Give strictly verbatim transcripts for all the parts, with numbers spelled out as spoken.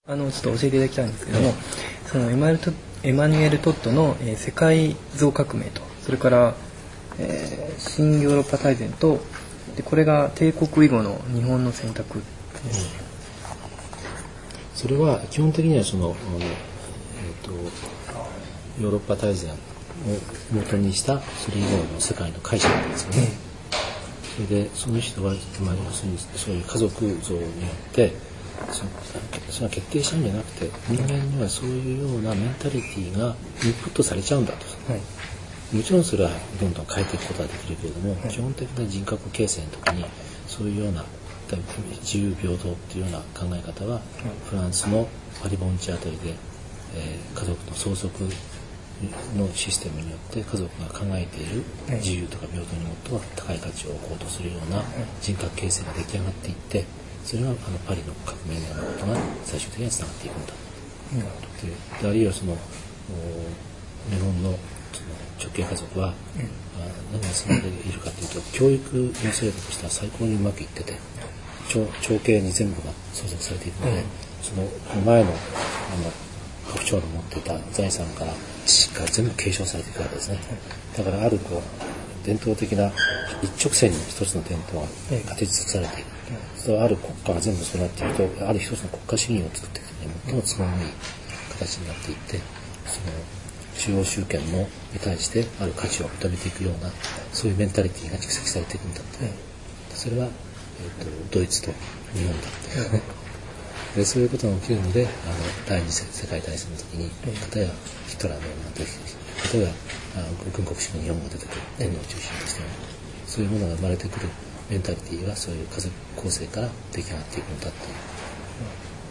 あのちょっと教えていただきたいんですけども、そのエマニュエルトエマニュエル・トッドの、えー、世界像革命と、それから、えー、新ヨーロッパ大全と、でこれが帝国以後の日本の選択ですね。 うん、それは基本的にはその、えー、とヨーロッパ大全を元にしたそれ以後の世界の解釈なんですよね。うん、それでその人は、まあ、要するにそういう家族像によってそのそれは決定したんじゃなくて、人間にはそういうようなメンタリティーがインプットされちゃうんだと、はい、もちろんそれはどんどん変えていくことはできるけれども、はい、基本的な人格形成の時にそういうような自由平等っていうような考え方は、はい、フランスのパリ・ボンチあたりで、えー、家族の相続のシステムによって家族が考えている自由とか平等にもっとは高い価値を置こうとするような人格形成が出来上がっていって、それがあのパリの革命のようなことが最終的にはつながっていくんだ、うん、であるいはその日本のその直系家族は、うん、何がつながっているかというと、教育の制度としては最高にうまくいってて、長, 長兄に全部が相続されているので、うん、その前のあの家父長の持っていた財産から父から全部継承されていくわけですね。だからあるこう伝統的な一直線に一つの伝統が立て続けされている、うん、それはある国家が全部そうなっていると、ある一つの国家主義を作っていくのに最も都合のいい形になっていって、その中央集権のに対してある価値を認めていくような、そういうメンタリティーが蓄積されていくんだって、うん、それは、えー、とドイツと日本だって、ね、うん、でそういうことが起きるので、あの第二次世界大戦の時に、片やヒトラーのような時、片や軍国主義の日本が出てくる天皇を中心として、そういうものが生まれてくるメンタリティーはそういう家族構成から出来上がっていくんだっていう。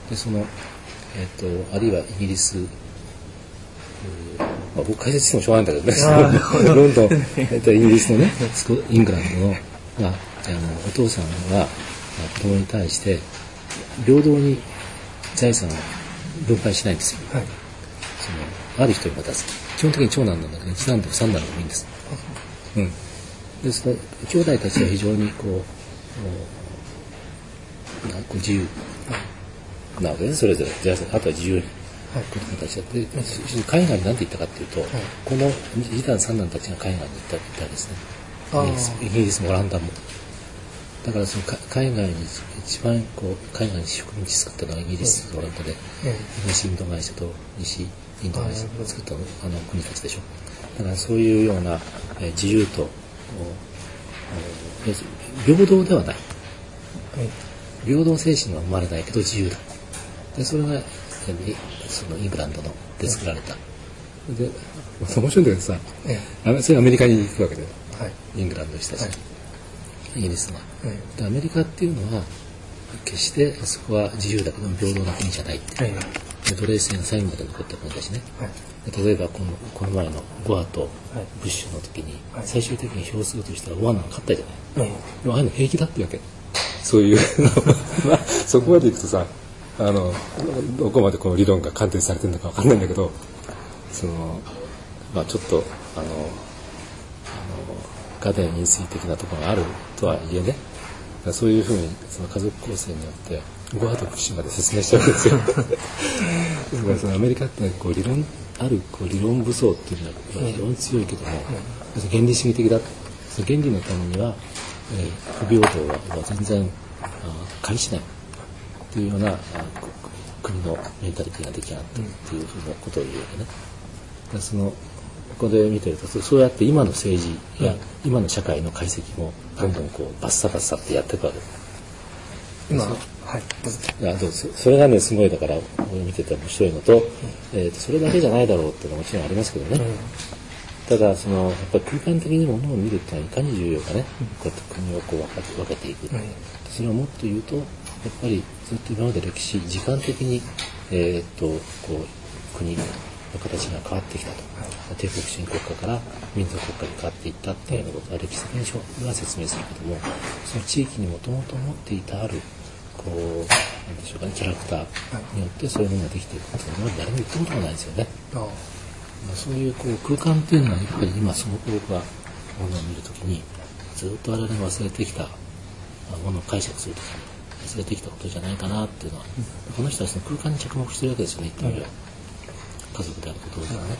でその、えー、とあるいはイギリス、まあ、僕解説してもしょうがないんだけどねロンドン、えー、とイギリスのねイングランドの、まあ、あのお父さんが子供に対して平等に財産を分配しないんですよ、はい、そのある人に渡す。基本的に長男なんだけど一男でも三男でもいいんです、うん、でその兄弟たちは非常にこう、こう自由なわけです、それぞれ。じゃあ、あとは自由に子供たちだって、海外に何て言ったかっていうと、はい、この二男三男たちが海外に行ったみたいですね。イギリスもオランダも。だからその海外に一番こう海外に植民地作ったのはイギリスとオランダで、東インド会社と西インド会社が作ったあの国たちでしょ。だからそういうような、えー、自由と平等ではない、平等精神は生まれないけど自由だ。でそれがそのイングランドので作られた。で面白いんだけどさ、それアメリカに行くわけで、はい、イングランドの人たち、はい、イギリスが、はい、でアメリカっていうのは決してそこは自由だけど平等な国じゃないって、はい、で奴隷制が最後まで残った国だしね、はい、で例えばこのこの前のゴアとブッシュの時に、はい、最終的に票数としてはゴアのが勝ったじゃない、はい、でもああいうの平気だってわけ。そういうまあそこまでいくとさ、あのどこまでこの理論が貫徹されてるのか分かんないんだけど、そのまあちょっとあのあのガデン飲水的なところがあるとはいえね、そういうふうにその家族構成によってゴアと福島で説明してるわけですよですからそのアメリカってこう理論あるこう理論武装っていうのは非常に強いけども、うん、原理主義的だ。その原理のためには、えー、不平等は全然介しないというような国のメンタリティが出来上がったというふうなことを言うわけね。でそのここで見てるとそうやって今の政治や今の社会の解析もどんどんこうバッサバッサってやっていくわけです。今はい、あどうぞ。それがねすごいだから見てて面白いのと、うん、えー、とそれだけじゃないだろうっていうのはもちろんありますけどね、うん、ただそのやっぱり空間的にものを見るってのはいかに重要かね、うん、こうやって国をこう分けて分けていく、うん、それをもっと言うとやっぱりずっと今まで歴史時間的に、えー、とこう国の形が変わってきたと、はい、帝国主義国家から民族国家に変わっていったっていうようなことは歴史的には説明するけども、その地域にもともと持っていたあるこうなんでしょうかね、キャラクターによってそういうものができていくっていうのは誰も言ったことがないですよね。ああ、そういうこう空間っていうのはやっぱり今すごく僕はものを見るときにずっと我々が忘れてきたものを解釈するときに連れてきたことじゃないかなっていうのは、うん、この人はその空間に着目してるわけですよね、言ってみれば、うん、家族であることですからね、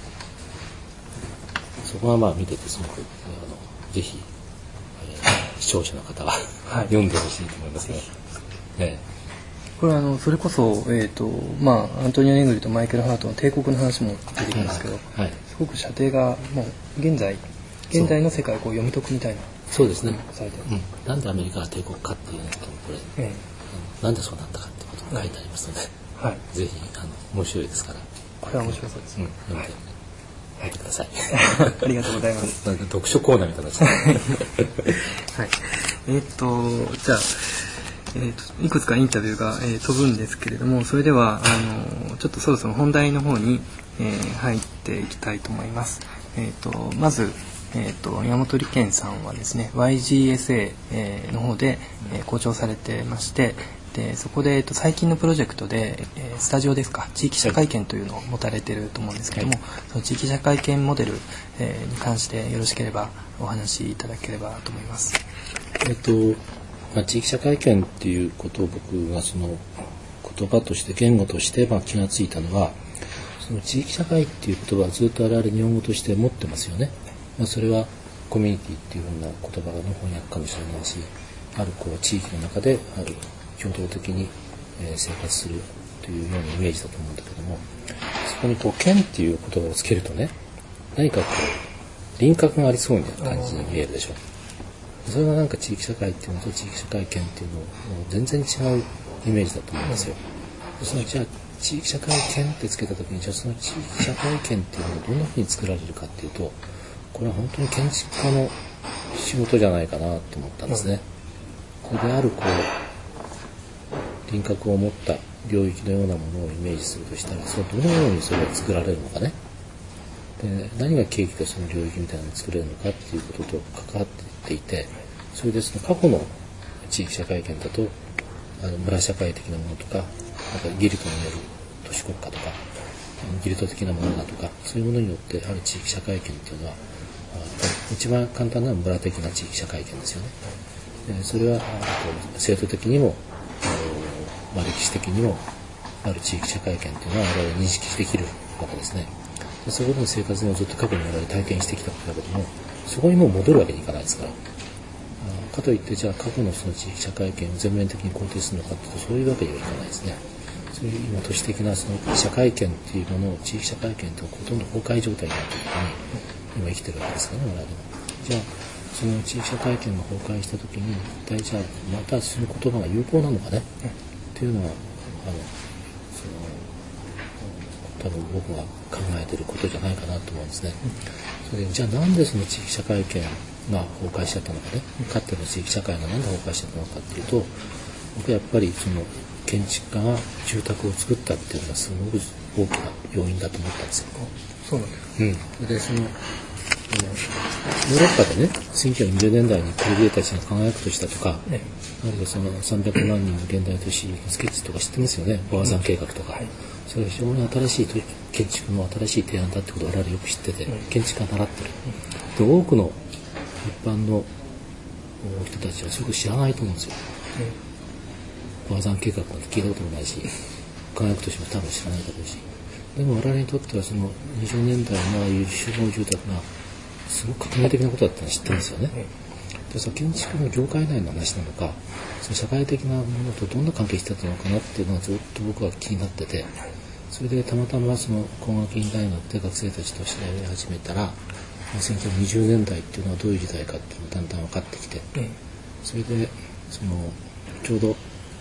うん、そこはまあ見ててすごくあのぜひ、えー、視聴者の方は、はい、読んでほしいと思いますね。ねこれはあのそれこそ、えーとまあ、アントニオ・ネグリとマイケル・ハートの帝国の話も出てきますけど、はいはい、すごく射程がもう現在現代の世界をこう読み解くみたいな。 そうですね、うん、なんでアメリカが帝国かっていうのとこれ、ええ、なんでそうなったかってことが書いてありますので、はい、ぜひあの面白いですからこれは面白そうです、うん、 読んでみてください。 ありがとうございます。 なんか読書コーナーみたいなですね。 はい。えー、っとじゃあ、えー、といくつかインタビューが、えー、飛ぶんですけれども、それではあのちょっとそろそろ本題の方に、えー、入っていきたいと思います。えー、とまずえー、と山本理研さんはですね ワイジーエスエー、えー、の方で、えー、校長されてまして、でそこで、えー、と最近のプロジェクトで、えー、スタジオですか地域社会圏というのを持たれていると思うんですけども、はい、その地域社会圏モデル、えー、に関してよろしければお話しいただければと思います。 えっとまあ、地域社会圏っていうことを僕がその言葉として言語としてまあ気がついたのは、その地域社会っていう言葉はずっと我々日本語として持ってますよね。まあ、それはコミュニティっていうふうな言葉の翻訳かもしれないし、あるこう地域の中である共同的に生活するというようなイメージだと思うんだけども、そこにこう県っていう言葉をつけるとね、何かこう輪郭がありそうな感じに見えるでしょ。それがなんか地域社会っていうのと地域社会圏っていうのを全然違うイメージだと思いますよ。そのじゃあ地域社会圏ってつけた時に、じゃあその地域社会圏っていうのがどんなふうに作られるかっていうと、これは本当に建築家の仕事じゃないかなと思ったんですね。これであるこう輪郭を持った領域のようなものをイメージするとしたら、それどのようにそれが作られるのかね。で何が契機でその領域みたいなのを作れるのかっていうことと関わっていて、それでその過去の地域社会圏だとあの村社会的なものとか、なんかギルトによる都市国家とかギルト的なものだとか、そういうものによってある地域社会圏っていうのは一番簡単な村的な地域社会圏ですよね。でそれは制度的にも、まあ、歴史的にもある地域社会圏っていうのは我々認識できるわけですね。でそこでの生活をずっと過去に我々体験してきたことだけども、そこにもう戻るわけにいかないですから。かといってじゃあ過去のその地域社会圏を全面的に肯定するのかというと、そういうわけにはいかないですね。そういう今都市的なその社会圏っていうものを地域社会圏とほとんど崩壊状態になっているとに今生きてるわけですからね、我々も。じゃあその地域社会圏が崩壊した時に一体じゃあまたその言葉が有効なのかねっていうのはあのその多分僕が考えてることじゃないかなと思うんですね。それでじゃあなんでその地域社会圏が崩壊しちゃったのかね、かつての地域社会がなんで崩壊しちゃったのかっていうと、僕はやっぱりその建築家が住宅を作ったっていうのがすごく大きな要因だと思ったんですよ。 そうなんです。 うん。でそのヨーロッパでね、せんきゅうひゃくにじゅうねんだいにコルビューたちが輝く都市だとか、ね、あるいはそのさんびゃくまんにんの現代都市スケッチとか知ってますよね、ボア山計画とか、うん、それは非常に新しい建築の新しい提案だってことを我々よく知ってて、うん、建築家習ってる、うん、で多くの一般の人たちはそれを知らないと思うんですよ、うん、ボア山計画なんて聞いたこともないし、輝く都市も多分知らないだろうし、でも我々にとってはそのにじゅうねんだいのああいう集合住宅がすごく革命的なことだったの知ってるんですよね。でその建築の業界内の話なのか、その社会的なものとどんな関係してたのかなっていうのがずっと僕は気になってて、それでたまたまその工学院大学で学生たちと調べ始めたら、せんきゅうひゃくにじゅうねんだいっていうのはどういう時代かっていうのがだんだん分かってきて、それでそのちょうど、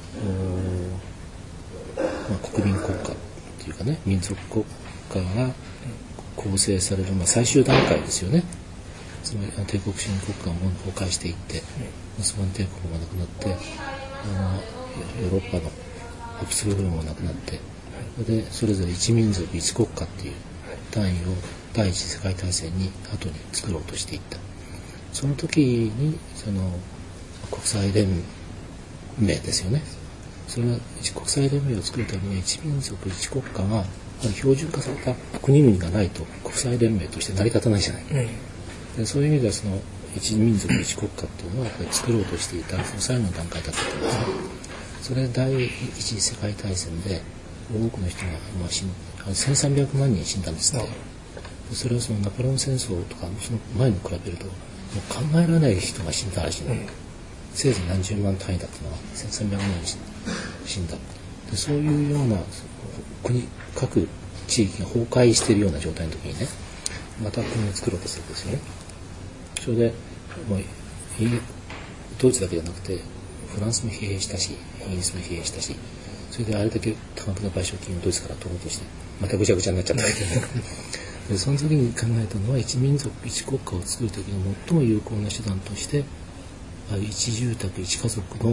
まあ、国民国家っていうかね、民族国家が構成される、まあ、最終段階ですよね。つまり帝国主義国家が崩壊していって、オスマン帝国がなくなって、あのヨーロッパのハプスブルクもなくなって、でそれぞれ一民族一国家っていう単位を第一次世界大戦に後に作ろうとしていった。その時にその国際連盟ですよね。それは国際連盟を作るためには一民族一国家が標準化された国々がないと国際連盟として成り立たないじゃない、うんでそういう意味ではその一民族一国家っていうのはやっぱり作ろうとしていたその最後の段階だったと思いますね。 それ第一次世界大戦で多くの人が、まあ、死んせんさんびゃくまんにん死んだんですって。それはそのナポレオン戦争とかその前に比べるともう考えられない人が死んだらしいの、うん、せいぜい何十万単位だったのがせんさんびゃくまんにん死んだ。でそういうような国各地域が崩壊しているような状態の時にね、また国を作ろうとするんですよね。それでもうドイツだけじゃなくてフランスも疲弊したしイギリスも疲弊したし、それであれだけ多額の賠償金をドイツから取ろうとしてまたぐちゃぐちゃになっちゃったわけでその時に考えたのは一民族一国家を作る時の最も有効な手段として一住宅一家族の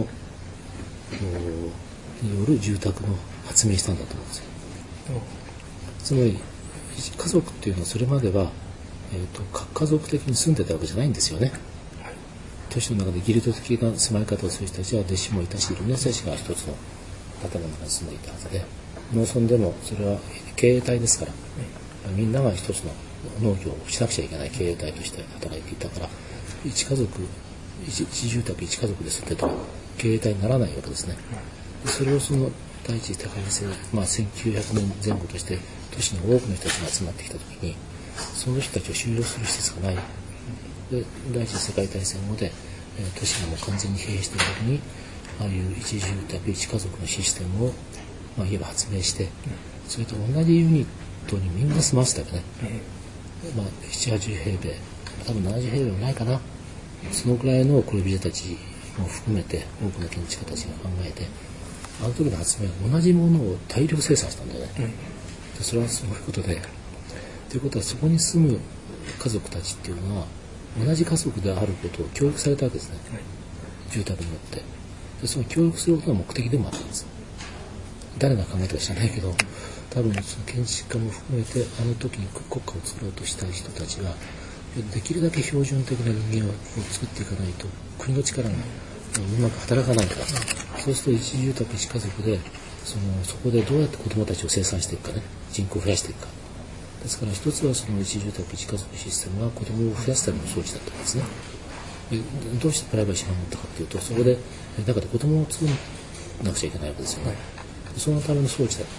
による住宅の発明したんだと思うんですよ。つまり家族っていうのはそれまでは、えーと、核家族的に住んでたわけじゃないんですよね。都市の中でギルド的な住まい方をする人たちは弟子もいたし、いろんな人たちが一つの建物の中に住んでいたはずで、農村でもそれは経営体ですから、みんなが一つの農業をしなくちゃいけない経営体として働いていたから、一家族 一, 一住宅一家族で住んでたら経営体にならないわけですね。でそれをその第一次世界大戦、まあ、せんきゅうひゃくねんぜん後として都市に多くの人たちが集まってきたときに、その人たちを収容する施設がない。で第一次世界大戦後で、えー、都市がもう完全に疲弊しているときに、ああいう一住宅一家族のシステムを、まあ、いわば発明して、それと同じユニットにみんな住まわせたわけね。まあ、ななじゅう、はちじゅうへいべい、多分ななじゅうへいべいもないかな。そのくらいの恋人たちも含めて多くの建築家たちが考えて、あの時の発明は同じものを大量生産したんだよね。でそれはすごいことで、ということはそこに住む家族たちっていうのは同じ家族であることを教育されたわけですね、住宅によって。でその教育することが目的でもあったんです。誰が考えたか知らないけど、多分その建築家も含めてあの時に国家を作ろうとした人たちはできるだけ標準的な人間を作っていかないと国の力がうまく働かないから、そうすると一住宅一家族で そ, のそこでどうやって子どもたちを生産していくかね、人口を増やしていくか。ですから一つはその一住宅一家族システムは子どもを増やすための装置だったんですね。でどうしてプライバシーを守ったかというと、そこで中で子どもを作らなくちゃいけないわけですよね。そのための装置だった。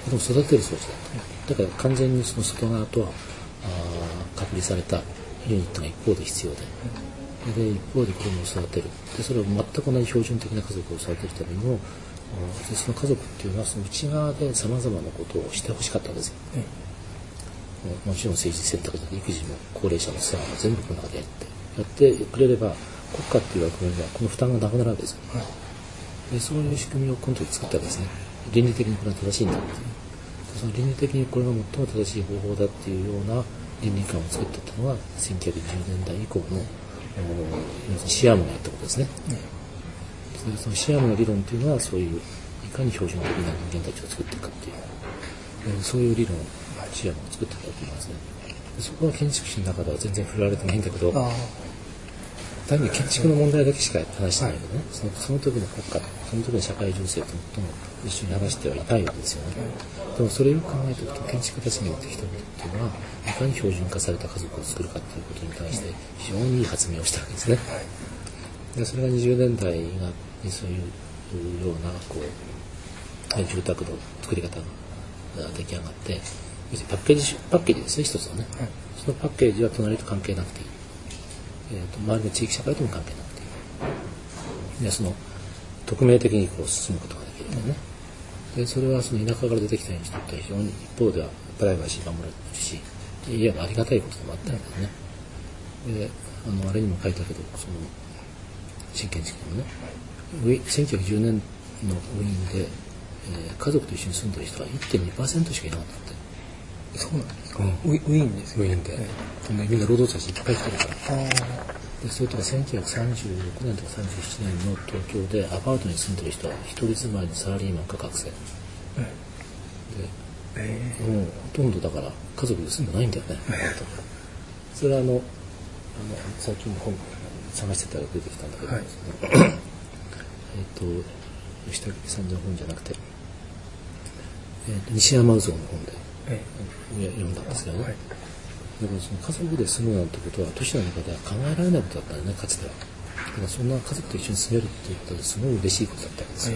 子供を育てる装置だった。だから完全にその外側とは隔離されたユニットが一方で必要で、で一方で子供を育てる。でそれを全く同じ標準的な家族を育てるためにも、でその家族っていうのはその内側でさまざまなことをしてほしかったんですよ。うん、もちろん政治選択で育児も高齢者の世話も全部この中でやってやってくれれば国家っていう枠組みはこの負担がなくなるわけですよ。でそういう仕組みを今度作ったわけですね。倫理的にこれは正しいんだっていう。その倫理的にこれが最も正しい方法だっていうような倫理観を作っていったのはせんきゅうひゃくじゅうねんだい以降のシアムがやったことですね。うん、そのシアムの理論というのはそういういかに標準的な人間たちを作っていくかっていう、そういう理論をシアムを作っていたと思いますね。そこは建築士の中では全然触れられてないんだけど、単に建築の問題だけしか話してないけどね、その、その時の国家、その時の社会情勢とも一緒に話してはいないわけですよね。でもそれを考えておくと建築家たちによって人々っていうのはいかに標準化された家族を作るかっていうことに対して非常にいい発明をしたわけですね。でそれがにじゅうねんだいがそういうようなこう住宅の作り方が出来上がって、パッケージパッケージですね、一つのね、はい、そのパッケージは隣と関係なくていい、えー、と周りの地域社会とも関係なくていい。でその匿名的にこう進むことができるからね。でそれはその田舎から出てきた人にとっては非常に一方ではプライバシー守られるし、いわばありがたいことでもあったんだけどね。であのあれにも書いたけど、その新建築のね、せんきゅうひゃくじゅうねんのウィーンで、えー、家族と一緒に住んでる人は いってんにパーセント しかいなかったって。 そうなんですか。うん、ウィーンですよ、ね、 ウィーンで、ええ、みんな労働者たちいっぱい来てるから。でそれとかせんきゅうひゃくさんじゅうろくねんとかさんじゅうななねんの東京でアパートに住んでる人は一人住まいのサラリーマンか学生、ええ、で、えー、もうほとんどだから家族で住んでないんだよね、えー、それはあのあの最近の本探してたら出てきたんだけど、はい、えっと吉武さんの本じゃなくて、えー、と西山渦の本で、えー、読んだんですけどね、はい、だからその家族で住むなんてことは都市の中では考えられないことだったよね、かつては。だからそんな家族と一緒に住めるっていうことですごい嬉しいことだったわけですよ。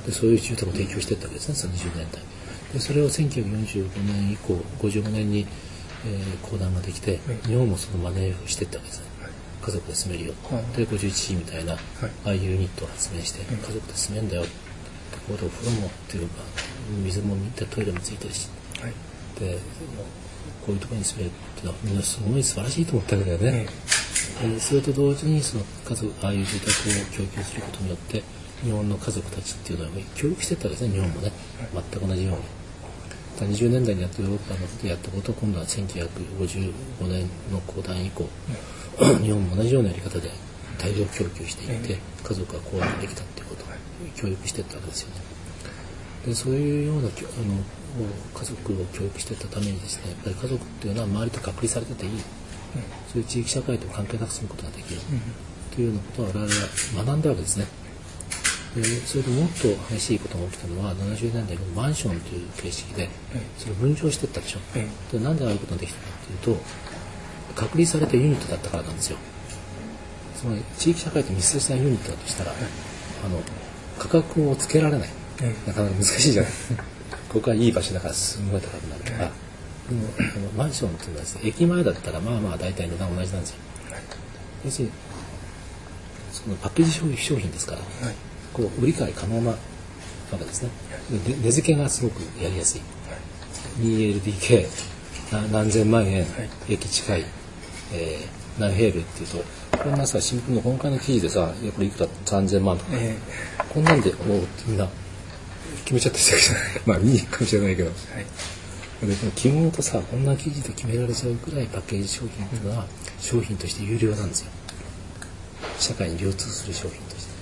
でそういう住宅を提供していったわけですね、そのにじゅうねんだいで。それをせんきゅうひゃくよんじゅうごねん以降ごじゅうごねんに、えー、公団ができて、日本もそのマネーをしていったわけですね。家族で住めるよ、はい、でごじゅういちシーみたいな、はい、ああいうユニットを発明して、家族で住めんだよ、ここでお風呂もっていうか水も見てトイレもついてるし、はい、でこういうところに住めるっていうのはみんなすごい素晴らしいと思ったわけだよね、うん、でそれと同時にその家族ああいう住宅を供給することによって日本の家族たちっていうのは教育していったわけですね、日本もね、全く同じように。にじゅうねんだいにやってヨーロッパのことでやったことを今度はせんきゅうひゃくごじゅうごねんの公団以降、うん、日本も同じようなやり方で大量供給していって、家族がこうやってできたっていうことを教育していったわけですよね。でそういうようなあの家族を教育していったためにですね、やっぱり家族っていうのは周りと隔離されてていい、うん、そういう地域社会と関係なく住むことができる、うん、というようなことを我々は学んだわけですね。でそれでもっと激しいことが起きたのはななじゅうねんだいのマンションという形式でそれを分譲していったでしょ、うん、でなんでああいうことができたかというと隔離されたユニットだったからなんですよ。つまり地域社会と密接なユニットだとしたら、うん、あの価格をつけられない、うん、なかなか難しいじゃないここはいい場所だからすごい高くなるとか、うん、でもあのマンションっていうのはですね、駅前だったらまあまあ大体値段同じなんですよ。要するにそのパッケージ商品ですから、はい、こう売り買い可能なわけですね。で値付けがすごくやりやすい、はい、にエルディーケー 何千万円、はい、駅近い、えー、何平米っていうとこんなさ新聞の本館の記事でさこれいくらさんぜんまんとか、えー、こんなんでおうってみんな決めちゃってるわけじゃないまあ見に行くかもしれないけど、はい、でこの記号とさこんな記事で決められちゃうくらいパッケージ商品っていうのは商品として有料なんですよ。社会に流通する商品として。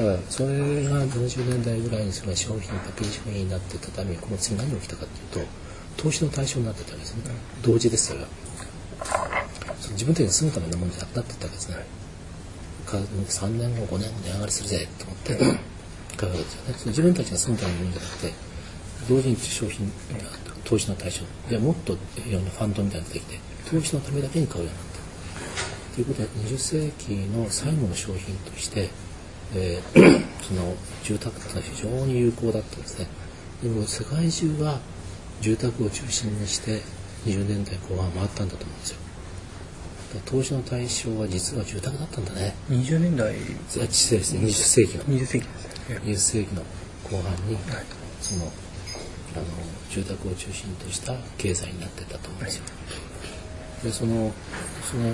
だからそれがななじゅうねんだいぐらいにその商品パッケージ商品になっていったためにこの次何が起きたかというと投資の対象になっていたわけですね。同時ですそれはその自分たちに住むためのものじゃなくなっていったわけですね。さんねんごごねん値上がりするぜと思って買うわけですよね。その自分たちが住むためのものじゃなくて同時に商品投資の対象でもっといろんなファンドみたいなのができて投資のためだけに買うようになったということはにじゅっせいきの最後の商品として、えー、その住宅ってのは非常に有効だったんですね。でも世界中は住宅を中心にしてにじゅうねんだいこう半回ったんだと思うんですよ。だから投資の対象は実は住宅だったんだね。 にじゅうねんだい失礼ですねにじゅっせいきのにじゅっせいきですね。 にじゅっせいきの後半に、はい、そのあの住宅を中心とした経済になってたと思うんですよ。はい、でそのその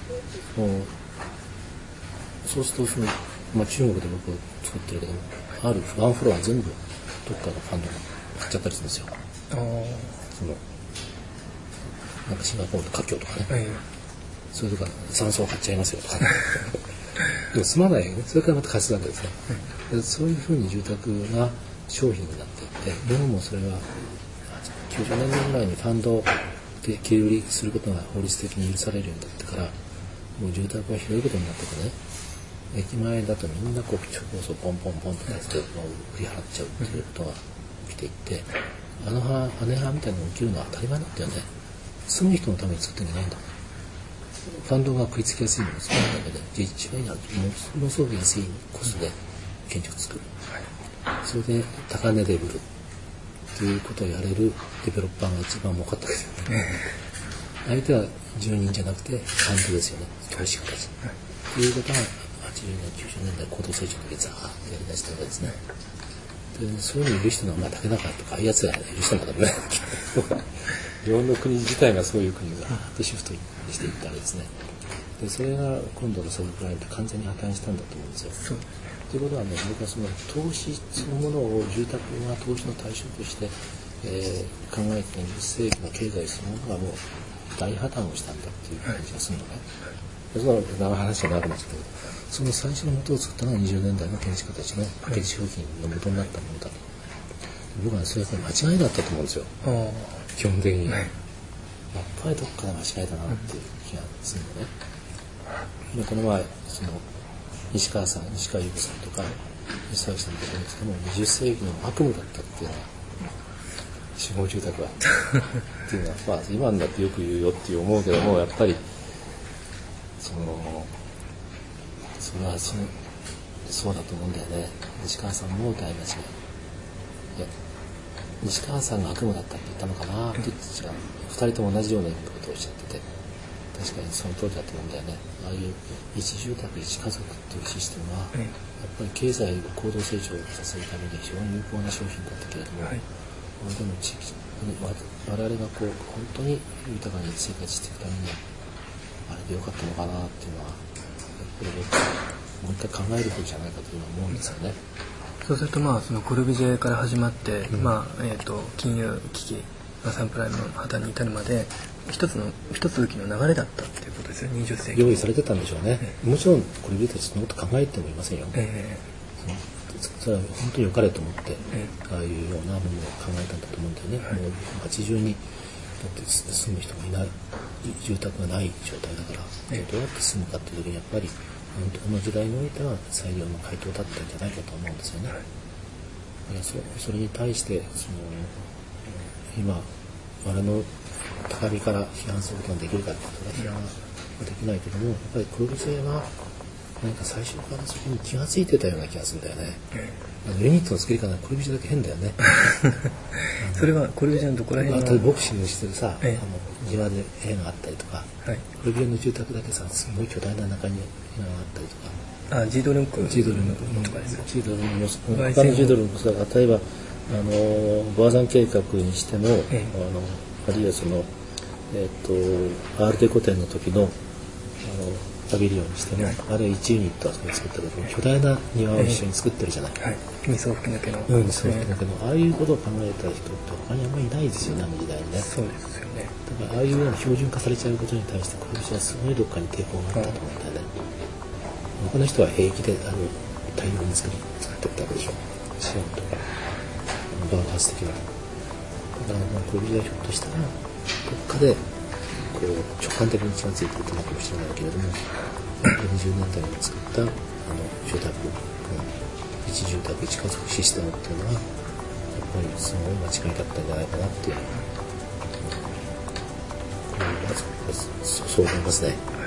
そうするとその、まあ、中国で僕作ってるけどもあるワンフロア全部どっかのファンドが買っちゃったりするんですよ。あそのなんかシンガポールと華僑とかね、はい、それとか山荘買っちゃいますよとかでも住まないよね。それからまた貸すわけですね。はい、でそういうふうに住宅が商品になっていって日本もそれはきゅうじゅうねんだいぐらいにファンドで切り売りすることが法律的に許されるようになってからもう住宅が広いことになっててね駅前だとみんなこう超高層ポンポンポンとかして売り払っちゃうっていうことが起きていってあの葉姉葉みたいなのが起きるのは当たり前だったよね。住む人のために作ってんじゃないんだ。ファンドが食いつきやすいものを作るだけで一番になるとものすごく安いコストで建築作る、はい、それで高値で売るということをやれるデベロッパーが一番儲かったわけですよね。相手は住人じゃなくてファンドですよね。投資家たち、はい、ということがはちじゅうねんきゅうじゅうねんだい高度成長の時にザーッとやりだしたわけですね。でそういうのを許したのはまあ竹中とかああいうやつが許したんだろうね。日本の国自体がそういう国がでシフトしていったわけですね。でそれが今度のソブプライムと完全に破綻したんだと思うんですよ。そうということはね、僕はその投資そのものを住宅が投資の対象として、えー、考えてにじゅっせいきの経済そのものがもう大破綻をしたんだっていう感じがするのね。その長い話が長くなっちゃったけど、その最初の元を作ったのがにじゅうねんだいの建築家たちのパッケージ商品の元になったものだと。僕はそれは間違いだったと思うんですよ。基本的に、はい、やっぱりどっかで間違いだなっていう気がするのね。でこの前その西川さん西川優子さんとか西崎さんとかですけどもにじゅっせいきの悪夢だったっていうのは集合住宅はっていうのは、まあ、今になってよく言うよって思うけどもやっぱりそのそれはそのそうだと思うんだよね。西川さんも大間違い。いや西川さんが悪夢だったって言ったのかなって言って違う。二人とも同じようなことをおっしゃってて、確かにその通りだと思うんだよね。ああいう一住宅一家族っていうシステムは、やっぱり経済高度成長をさせるために非常に有効な商品だったけれども、はい、でも地域我々がこう本当に豊かに生活していくためにあれでよかったのかなっていうのはやっぱりもう一回考えることじゃないかというのは思うんですよね。 そうするとまあそのコルビジェから始まって、うん、まあえー、と金融危機サンプライムの破綻に至るまで一つの一つきの流れだったっていうことですよね。にじゅっせいき用意されてたんでしょうね、えー、もちろんコルビジェたちそのこと考えてもいませんよ、 えー、それは本当に良かれと思って、えー、ああいうようなものを考えたんだと思うんだよね、はい、もう街中にだって住む人がいない住宅がない状態だから、えー、どうやって住むかっていう時にやっぱりこの時代においては最良の回答だったんじゃないかと思うんですよね、はい、そ, それに対してその今我々の高みから批判することができるかっていうと批判はできないけども、やっぱりコルビジェは何か最初からそこに気がついてたような気がするんだよね、うん、あのユニットの作り方がコルビジェだけ変だよねそれはコルビジェのどこら辺の、 まあ、ボクシングしてるさ、ええ、あの庭で部屋があったりとか、はい、コルビジェの住宅だけさすごい巨大な中に部屋があったりとか、 あジードルンクジードルンクとかですよ。 ジードルンク他のジードルンクさ例えばあのバーザン計画にしても、ええ、あのあるいはそのえっ、ー、とアールデコ展の時のあのパビリオンにしても、はい、あれいちユニットはそこに作ったけど巨大な庭を一緒に作ってるじゃない。 はい。味噌吹き抜けの。 うん、味噌吹き抜けの、ああいうことを考えた人って他にあんまりいないですよね、あの時代にね。 そうですよね。 だからああいうような標準化されちゃうことに対してコルビジェはすごいどっかに抵抗があったと思うんだよね。他の人は平気であの大量に作り作ってったわけでしょ。シオンとかバーガース的な。だからまあコルビジェはひょっとしたらどっかでこう直感的に気がついていたのかもしれないけれども、にじゅうねんだいに作ったあの住宅一住宅一家族システムっていうのはやっぱりすごい間違いだったんじゃないかなっていう、うん、そう思いますね。